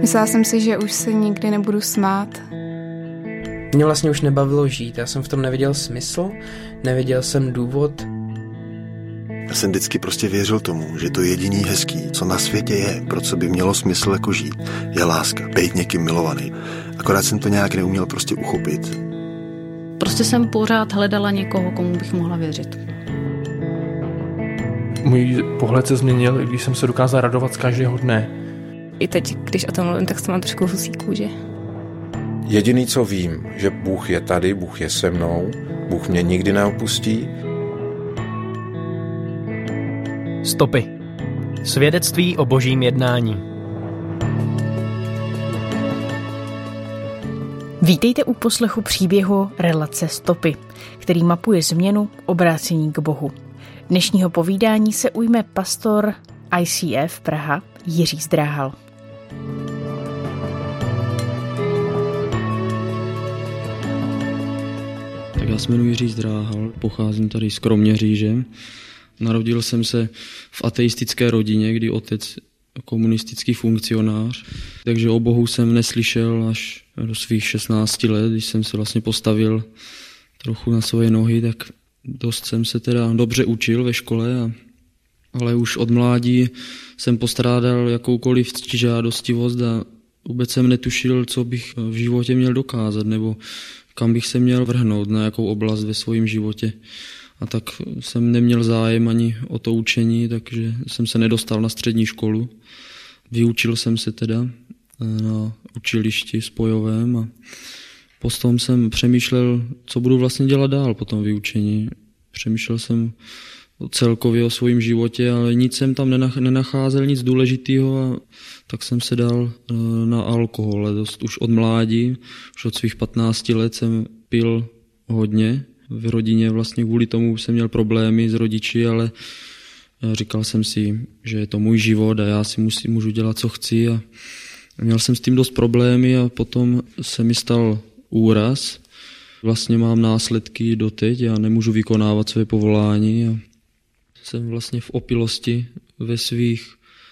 Myslela jsem si, že už se nikdy nebudu smát. Mě vlastně už nebavilo žít, já jsem v tom neviděl smysl, neviděl jsem důvod. Já jsem vždycky prostě věřil tomu, že to jediný hezký, co na světě je, pro co by mělo smysl jako žít, je láska, být někým milovaný. Akorát jsem to nějak neuměl prostě uchopit. Prostě jsem pořád hledala někoho, komu bych mohla věřit. Můj pohled se změnil, když jsem se dokázal radovat z každého dne. I teď, když o tom mluvím, tak se mám trošku husí kůže. Jediný, co vím, že Bůh je tady, Bůh je se mnou, Bůh mě nikdy neopustí. Stopy. Svědectví o božím jednání. Vítejte u poslechu příběhu relace Stopy, který mapuje změnu obrácení k Bohu. Dnešního povídání se ujme pastor ICF Praha Jiří Zdráhal. Tak já se jmenuji Jiří Zdráhal, pocházím tady z Kroměříže. Narodil jsem se v ateistické rodině, kdy otec komunistický funkcionář, takže o Bohu jsem neslyšel až do svých 16 let, když jsem se vlastně postavil trochu na svoje nohy, tak dost jsem se teda dobře učil ve škole, ale už od mládí jsem postrádal jakoukoliv ctižádostivost a vůbec jsem netušil, co bych v životě měl dokázat, nebo kam bych se měl vrhnout, na jakou oblast ve svém životě. A tak jsem neměl zájem ani o to učení, takže jsem se nedostal na střední školu. Vyučil jsem se teda na učilišti spojovém a potom jsem přemýšlel, co budu vlastně dělat dál po tom vyučení. Přemýšlel jsem celkově o svém životě, ale nic jsem tam nenacházel, nic důležitého, a tak jsem se dal na alkohol. Dost už od mládí, už od svých 15 let jsem pil hodně. V rodině vlastně kvůli tomu jsem měl problémy s rodiči, ale říkal jsem si, že je to můj život a já si můžu dělat, co chci, a měl jsem s tím dost problémy a potom se mi stal úraz. Vlastně mám následky doteď, já nemůžu vykonávat své povolání a jsem vlastně v opilosti ve svých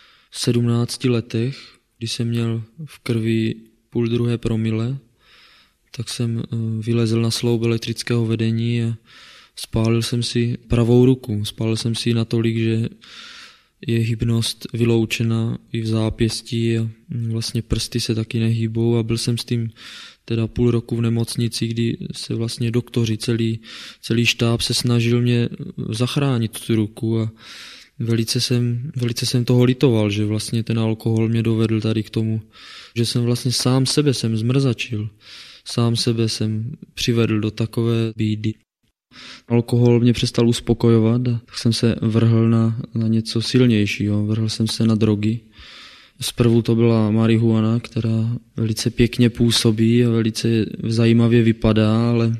17 letech, kdy jsem měl v krvi 0,5 promile, tak jsem vylezl na sloup elektrického vedení a spálil jsem si pravou ruku. Spálil jsem si natolik, že je hybnost vyloučena i v zápěstí a vlastně prsty se taky nehýbou, a byl jsem s tím teda 0,5 roku v nemocnici, kdy se vlastně doktoři, celý štáb se snažil mě zachránit tu ruku, a velice jsem toho litoval, že vlastně ten alkohol mě dovedl tady k tomu, že jsem vlastně sám sebe jsem zmrzačil. Sám sebe jsem přivedl do takové bídy. Alkohol mě přestal uspokojovat, a tak jsem se vrhl na něco silnějšího. Vrhl jsem se na drogy. Zprvu to byla marihuana, která velice pěkně působí a velice zajímavě vypadá, ale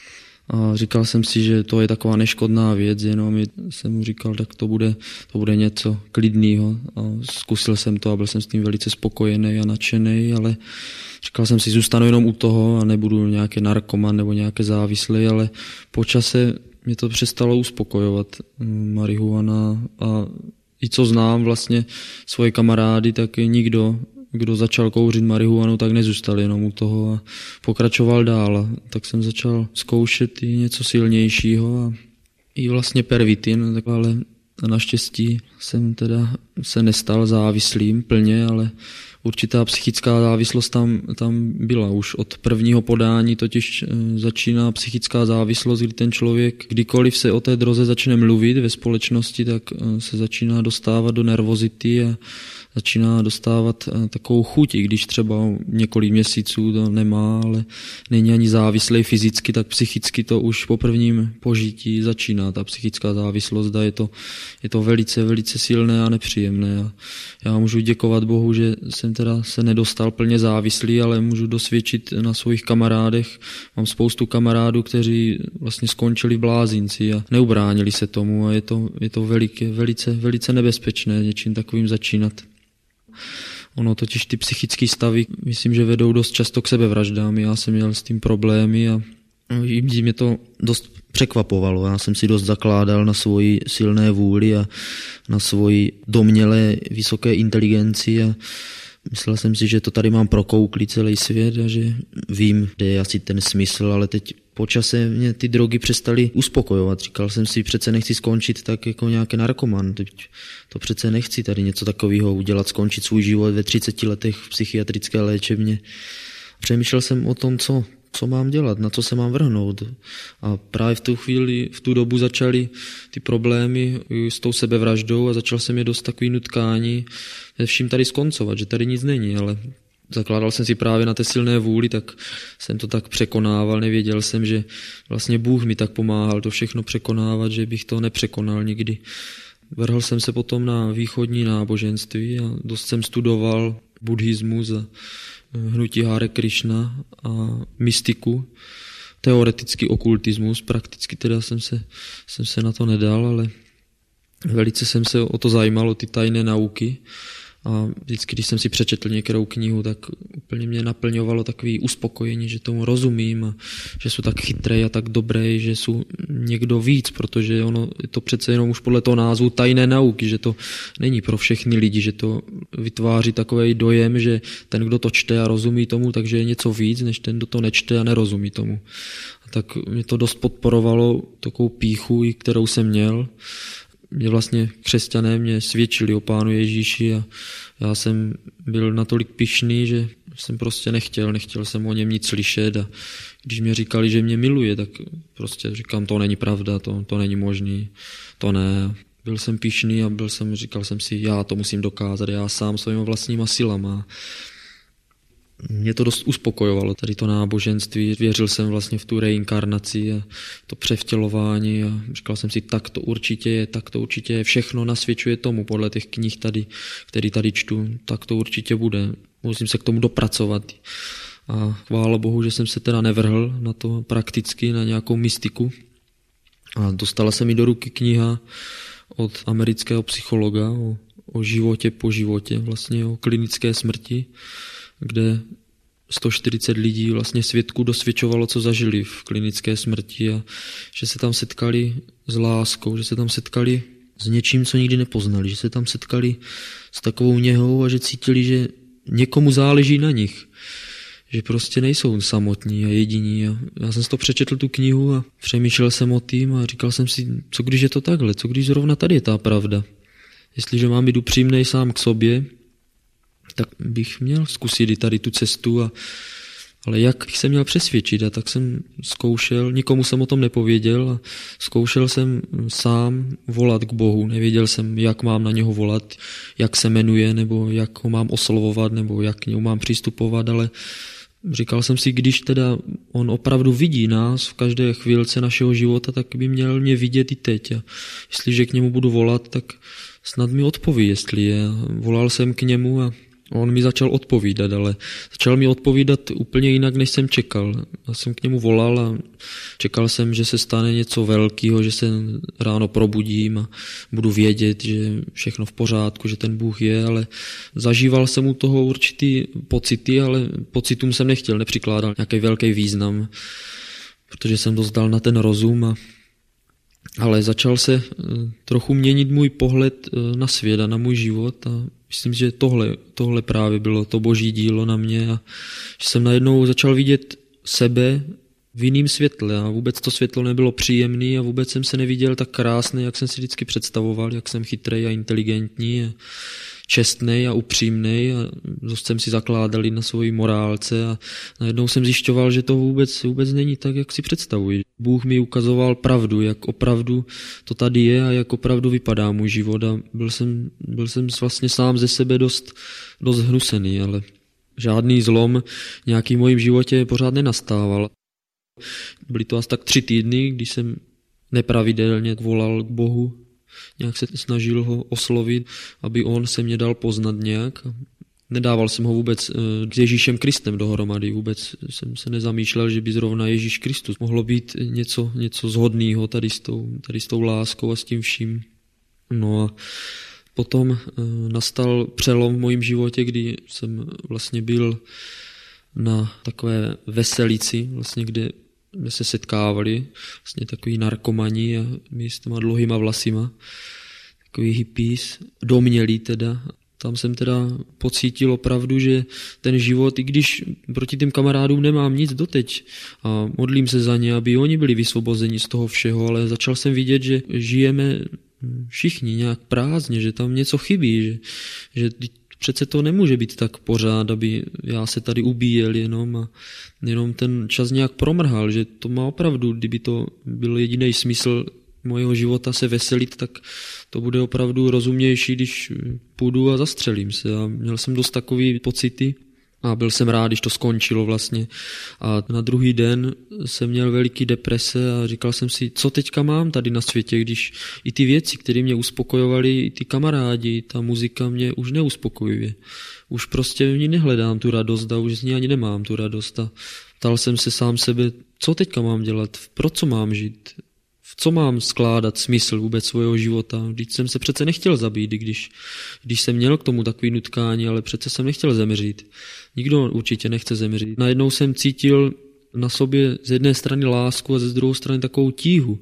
a říkal jsem si, že to je taková neškodná věc, jenom jsem říkal, tak to bude něco klidného. A zkusil jsem to a byl jsem s tím velice spokojený a nadšený, ale říkal jsem si, zůstanu jenom u toho a nebudu nějaký narkoman nebo nějaké závislý, ale po čase mě to přestalo uspokojovat, marihuana, a i co znám vlastně svoje kamarády, tak nikdo, kdo začal kouřit marihuanu, tak nezůstal jenom u toho a pokračoval dál. A tak jsem začal zkoušet i něco silnějšího a i vlastně pervitin, ale naštěstí jsem teda se nestal závislým plně, ale určitá psychická závislost tam byla. Už od prvního podání totiž začíná psychická závislost, kdy ten člověk, kdykoliv se o té droze začne mluvit ve společnosti, tak se začíná dostávat do nervozity a začíná dostávat takovou chuť, i když třeba několik měsíců to nemá, ale není ani závislý fyzicky, tak psychicky to už po prvním požití začíná ta psychická závislost, a je to velice, velice silné a nepříjemné. A já můžu děkovat Bohu, že jsem teda se nedostal plně závislý, ale můžu dosvědčit na svých kamarádech. Mám spoustu kamarádů, kteří vlastně skončili v blázinci a neubránili se tomu, a je to velice, velice nebezpečné něčím takovým začínat. Ono totiž ty psychické stavy, myslím, že vedou dost často k sebevraždám. Já jsem měl s tím problémy a mě to dost překvapovalo. Já jsem si dost zakládal na svoji silné vůli a na svoji domnělé vysoké inteligenci a Myslel jsem si, že to tady mám prokouklý celý svět a že vím, kde je asi ten smysl, ale teď po čase mě ty drogy přestaly uspokojovat. Říkal jsem si, přece nechci skončit tak jako nějaký narkoman. Teď to přece nechci tady něco takového udělat, skončit svůj život ve 30 letech v psychiatrické léčebně. Přemýšlel jsem o tom, co mám dělat, na co se mám vrhnout. A právě v tu chvíli, v tu dobu začaly ty problémy s tou sebevraždou a začal jsem je dost takový nutkání se vším tady skoncovat, že tady nic není, ale zakládal jsem si právě na té silné vůli, tak jsem to tak překonával, nevěděl jsem, že vlastně Bůh mi tak pomáhal to všechno překonávat, že bych to nepřekonal nikdy. Vrhl jsem se potom na východní náboženství a dost jsem studoval buddhismus a hnutí Hare Krishna a mystiku, teoretický okultismus, prakticky teda jsem se na to nedal, ale velice jsem se o to zajímal, o ty tajné nauky a vždycky, když jsem si přečetl některou knihu, tak úplně mě naplňovalo takové uspokojení, že tomu rozumím a že jsou tak chytré a tak dobré, že jsou někdo víc, protože ono je to přece jenom už podle toho názvu tajné nauky, že to není pro všechny lidi, že to vytváří takový dojem, že ten, kdo to čte a rozumí tomu, takže je něco víc, než ten, kdo to nečte a nerozumí tomu. A tak mě to dost podporovalo takovou pýchu, kterou jsem měl. Mě vlastně křesťané mě svědčili o Pánu Ježíši a já jsem byl natolik pyšný, že jsem prostě nechtěl jsem o něm nic slyšet a když mě říkali, že mě miluje, tak prostě říkám, to není pravda, to není možný, to ne. Byl jsem pyšný a říkal jsem si, já to musím dokázat, já sám svýma vlastníma silama. Mě to dost uspokojovalo, tady to náboženství. Věřil jsem vlastně v tu reinkarnaci a to převtělování a říkal jsem si, tak to určitě je, všechno nasvědčuje tomu podle těch knih tady, který tady čtu, tak to určitě bude. Musím se k tomu dopracovat. A chvála Bohu, že jsem se teda nevrhl na to prakticky, na nějakou mystiku. A dostala se mi do ruky kniha od amerického psychologa o životě po životě, vlastně o klinické smrti, kde 140 lidí vlastně svědků dosvědčovalo, co zažili v klinické smrti a že se tam setkali s láskou, že se tam setkali s něčím, co nikdy nepoznali, že se tam setkali s takovou něhou a že cítili, že někomu záleží na nich, že prostě nejsou samotní a jediní. A já jsem si to přečetl tu knihu a přemýšlel jsem o tím a říkal jsem si, co když je to takhle, co když zrovna tady je ta pravda. Jestliže mám být upřímnej sám k sobě, tak bych měl zkusit i tady tu cestu, ale jak bych se měl přesvědčit? A tak jsem zkoušel, nikomu jsem o tom nepověděl, a zkoušel jsem sám volat k Bohu. Nevěděl jsem, jak mám na něho volat, jak se jmenuje, nebo jak ho mám oslovovat, nebo jak k němu mám přistupovat, ale říkal jsem si, když teda on opravdu vidí nás v každé chvílce našeho života, tak by měl mě vidět i teď. A jestliže k němu budu volat, tak snad mi odpoví, jestli je. Volal jsem k němu a on mi začal odpovídat, ale začal mi odpovídat úplně jinak, než jsem čekal. Já jsem k němu volal a čekal jsem, že se stane něco velkého, že se ráno probudím a budu vědět, že všechno v pořádku, že ten Bůh je, ale zažíval jsem u toho určitý pocity, ale pocitům jsem nepřikládal nějaký velký význam, protože jsem dost dal na ten rozum ale začal se trochu měnit můj pohled na svět a na můj život a myslím, že tohle právě bylo to boží dílo na mě a že jsem najednou začal vidět sebe v jiném světle a vůbec to světlo nebylo příjemné a vůbec jsem se neviděl tak krásný, jak jsem si vždycky představoval, jak jsem chytrý a inteligentní a čestnej a upřímnej a dost jsem si zakládal na svoji morálce a najednou jsem zjišťoval, že to vůbec není tak, jak si představuji. Bůh mi ukazoval pravdu, jak opravdu to tady je a jak opravdu vypadá můj život a byl jsem vlastně sám ze sebe dost hnusený, ale žádný zlom nějaký v mojím životě pořád nenastával. Byly to asi tak 3 týdny, když jsem nepravidelně volal k Bohu, nějak se snažil ho oslovit, aby on se mě dal poznat nějak. Nedával jsem ho vůbec s Ježíšem Kristem dohromady, vůbec jsem se nezamýšlel, že by zrovna Ježíš Kristus mohlo být něco zhodného tady s tou láskou a s tím vším. No a potom nastal přelom v mojím životě, kdy jsem vlastně byl na takové veselici, vlastně, kde se setkávali vlastně takový narkomani a my s těma dlouhýma vlasima, takový hippies, domělí teda. Tam jsem teda pocítil opravdu, že ten život, i když proti těm kamarádům nemám nic doteď a modlím se za ně, aby oni byli vysvobozeni z toho všeho, ale začal jsem vidět, že žijeme všichni nějak prázdně, že tam něco chybí, že přece to nemůže být tak pořád, aby já se tady ubíjel jenom ten čas nějak promrhal, že to má opravdu, kdyby to byl jediný smysl mojeho života se veselit, tak to bude opravdu rozumnější, když půjdu a zastřelím se. A měl jsem dost takový pocity a byl jsem rád, když to skončilo vlastně. A na druhý den jsem měl veliký deprese a říkal jsem si, co teďka mám tady na světě, když i ty věci, které mě uspokojovaly, i ty kamarádi, ta muzika mě už neuspokojuje. Už prostě v ní nehledám tu radost a už z ní ani nemám tu radost. A ptal jsem se sám sebe, co teďka mám dělat, pro co mám žít, v co mám skládat smysl vůbec svého života. Vždyť jsem se přece nechtěl zabít, když jsem měl k tomu takový nutkání, ale přece jsem nechtěl zemřít. Nikdo určitě nechce zemřít. Najednou jsem cítil na sobě z jedné strany lásku a ze druhé strany takovou tíhu.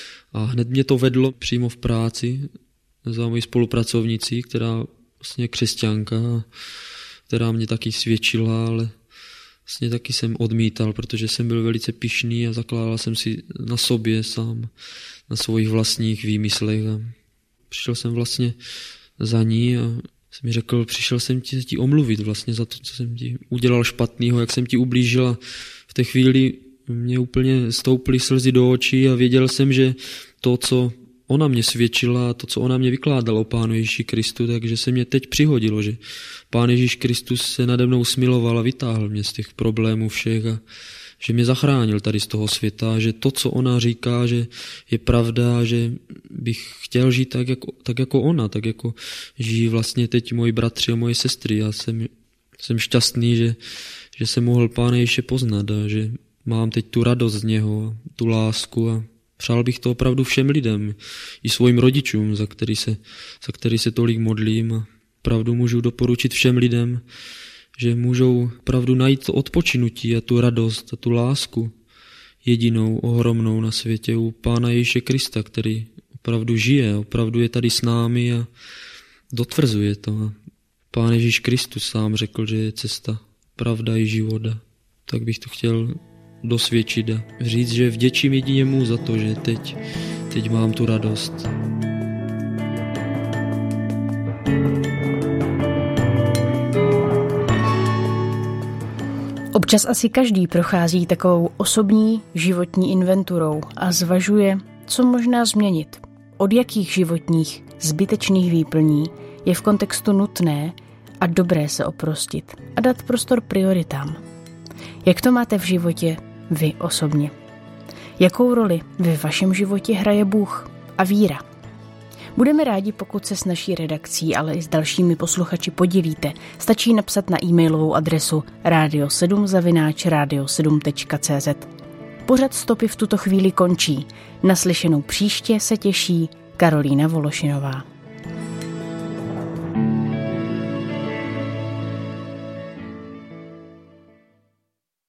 A hned mě to vedlo přímo v práci za mojí spolupracovnicí, která vlastně křesťanka, která mě taky svědčila, ale vlastně taky jsem odmítal, protože jsem byl velice pyšný a zakládal jsem si na sobě sám, na svých vlastních výmyslech. A přišel jsem vlastně za ní a jsem mi řekl, přišel jsem ti omluvit vlastně za to, co jsem ti udělal špatného, jak jsem ti ublížil. A v té chvíli mě úplně stouply slzy do očí a věděl jsem, že to, co ona mě svědčila, to, co ona mě vykládala o Pánu Ježíši Kristu, takže se mě teď přihodilo, že Pán Ježíš Kristus se nade mnou smiloval a vytáhl mě z těch problémů všech a že mě zachránil tady z toho světa, že to, co ona říká, že je pravda, že bych chtěl žít tak jako ona, tak jako žijí vlastně teď moji bratři a moje sestry. Já jsem šťastný, že jsem mohl Pána Ježíše poznat a že mám teď tu radost z něho, tu lásku a přál bych to opravdu všem lidem, i svým rodičům, za který se tolik modlím. A opravdu můžu doporučit všem lidem, že můžou opravdu najít to odpočinutí a tu radost a tu lásku jedinou, ohromnou na světě u Pána Ježíše Krista, který opravdu žije, opravdu je tady s námi a dotvrzuje to. A Pán Ježíš Kristus sám řekl, že je cesta, pravda i život. Tak bych to chtěl dosvědčit a říct, že vděčím jedině mu za to, že teď mám tu radost. Občas asi každý prochází takovou osobní životní inventurou a zvažuje, co možná změnit, od jakých životních zbytečných výplní je v kontextu nutné a dobré se oprostit a dát prostor prioritám. Jak to máte v životě vy osobně? Jakou roli ve vašem životě hraje Bůh a víra? Budeme rádi, pokud se s naší redakcí, ale i s dalšími posluchači podělíte. Stačí napsat na e-mailovou adresu radio7@radio7.cz. Pořad Stopy v tuto chvíli končí. Naslyšenou příště se těší Karolína Vološinová.